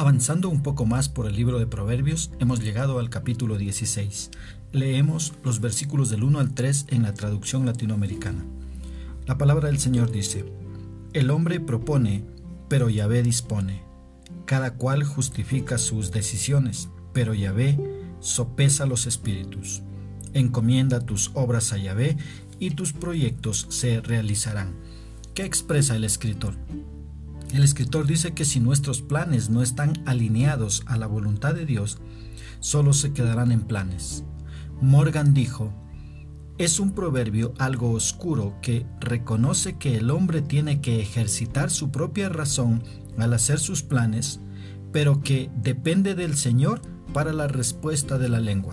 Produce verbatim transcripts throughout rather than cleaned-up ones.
Avanzando un poco más por el libro de Proverbios, hemos llegado al capítulo dieciséis. Leemos los versículos del uno al tres en la traducción latinoamericana. La palabra del Señor dice: El hombre propone, pero Yahvé dispone. Cada cual justifica sus decisiones, pero Yahvé sopesa los espíritus. Encomienda tus obras a Yahvé y tus proyectos se realizarán. ¿Qué expresa el escritor? El escritor dice que si nuestros planes no están alineados a la voluntad de Dios, solo se quedarán en planes. Morgan dijo: es un proverbio algo oscuro que reconoce que el hombre tiene que ejercitar su propia razón al hacer sus planes, pero que depende del Señor para la respuesta de la lengua.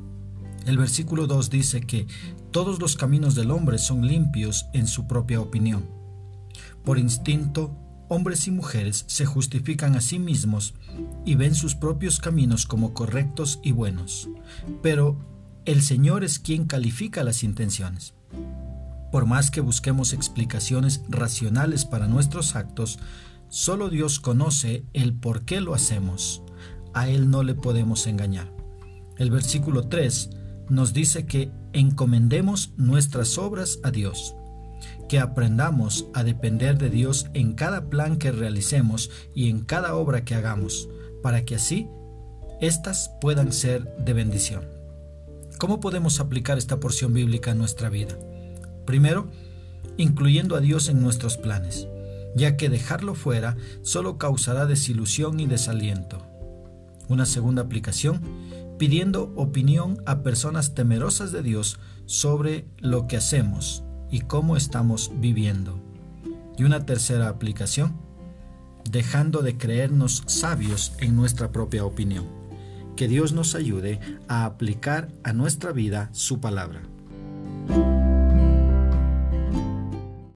El versículo dos dice que todos los caminos del hombre son limpios en su propia opinión. Por instinto, hombres y mujeres se justifican a sí mismos y ven sus propios caminos como correctos y buenos, pero el Señor es quien califica las intenciones. Por más que busquemos explicaciones racionales para nuestros actos, solo Dios conoce el por qué lo hacemos. A Él no le podemos engañar. El versículo tres nos dice que encomendemos nuestras obras a Dios, que aprendamos a depender de Dios en cada plan que realicemos y en cada obra que hagamos, para que así éstas puedan ser de bendición. ¿Cómo podemos aplicar esta porción bíblica en nuestra vida? Primero, incluyendo a Dios en nuestros planes, ya que dejarlo fuera solo causará desilusión y desaliento. Una segunda aplicación, pidiendo opinión a personas temerosas de Dios sobre lo que hacemos y cómo estamos viviendo. Y una tercera aplicación, dejando de creernos sabios en nuestra propia opinión. Que Dios nos ayude a aplicar a nuestra vida su palabra.